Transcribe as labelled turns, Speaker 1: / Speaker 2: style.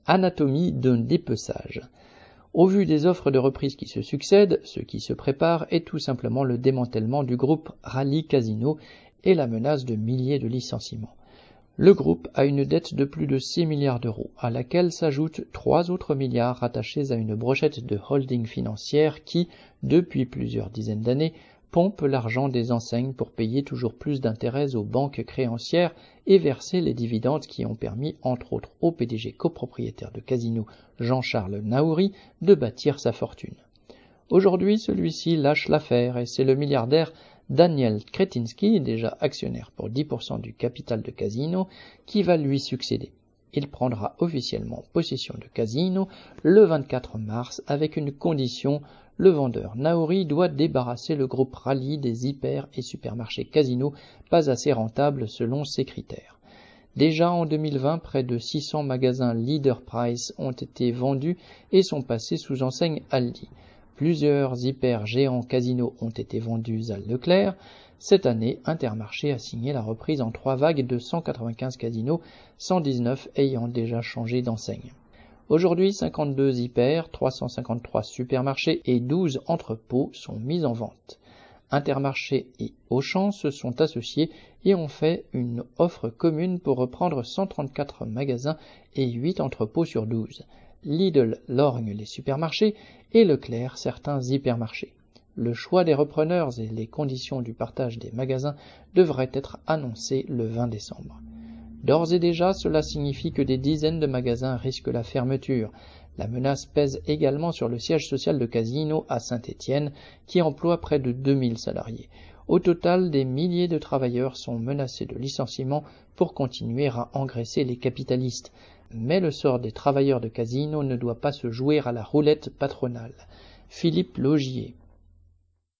Speaker 1: Anatomie d'un dépeçage. Au vu des offres de reprise qui se succèdent, ce qui se prépare est tout simplement le démantèlement du groupe Rallye Casino et la menace de milliers de licenciements. Le groupe a une dette de plus de 6 milliards d'euros, à laquelle s'ajoutent 3 autres milliards rattachés à une brochette de holding financière qui, depuis plusieurs dizaines d'années, pompe l'argent des enseignes pour payer toujours plus d'intérêts aux banques créancières et verser les dividendes qui ont permis, entre autres, au PDG copropriétaire de Casino, Jean-Charles Naouri, de bâtir sa fortune. Aujourd'hui, celui-ci lâche l'affaire et c'est le milliardaire Daniel Kretinsky, déjà actionnaire pour 10% du capital de Casino, qui va lui succéder. Il prendra officiellement possession de Casino le 24 mars avec une condition: le vendeur Naouri doit débarrasser le groupe Rallye des hyper et supermarchés Casino pas assez rentables selon ses critères. Déjà en 2020, près de 600 magasins Leader Price ont été vendus et sont passés sous enseigne Aldi. Plusieurs hyper géants Casino ont été vendus à Leclerc. Cette année, Intermarché a signé la reprise en 3 vagues de 195 casinos, 119 ayant déjà changé d'enseigne. Aujourd'hui, 52 hyper, 353 supermarchés et 12 entrepôts sont mis en vente. Intermarché et Auchan se sont associés et ont fait une offre commune pour reprendre 134 magasins et 8 entrepôts sur 12. Lidl lorgne les supermarchés et Leclerc certains hypermarchés. Le choix des repreneurs et les conditions du partage des magasins devraient être annoncés le 20 décembre. D'ores et déjà, cela signifie que des dizaines de magasins risquent la fermeture. La menace pèse également sur le siège social de Casino à Saint-Étienne, qui emploie près de 2000 salariés. Au total, des milliers de travailleurs sont menacés de licenciement pour continuer à engraisser les capitalistes. Mais le sort des travailleurs de Casino ne doit pas se jouer à la roulette patronale. Philippe Laugier,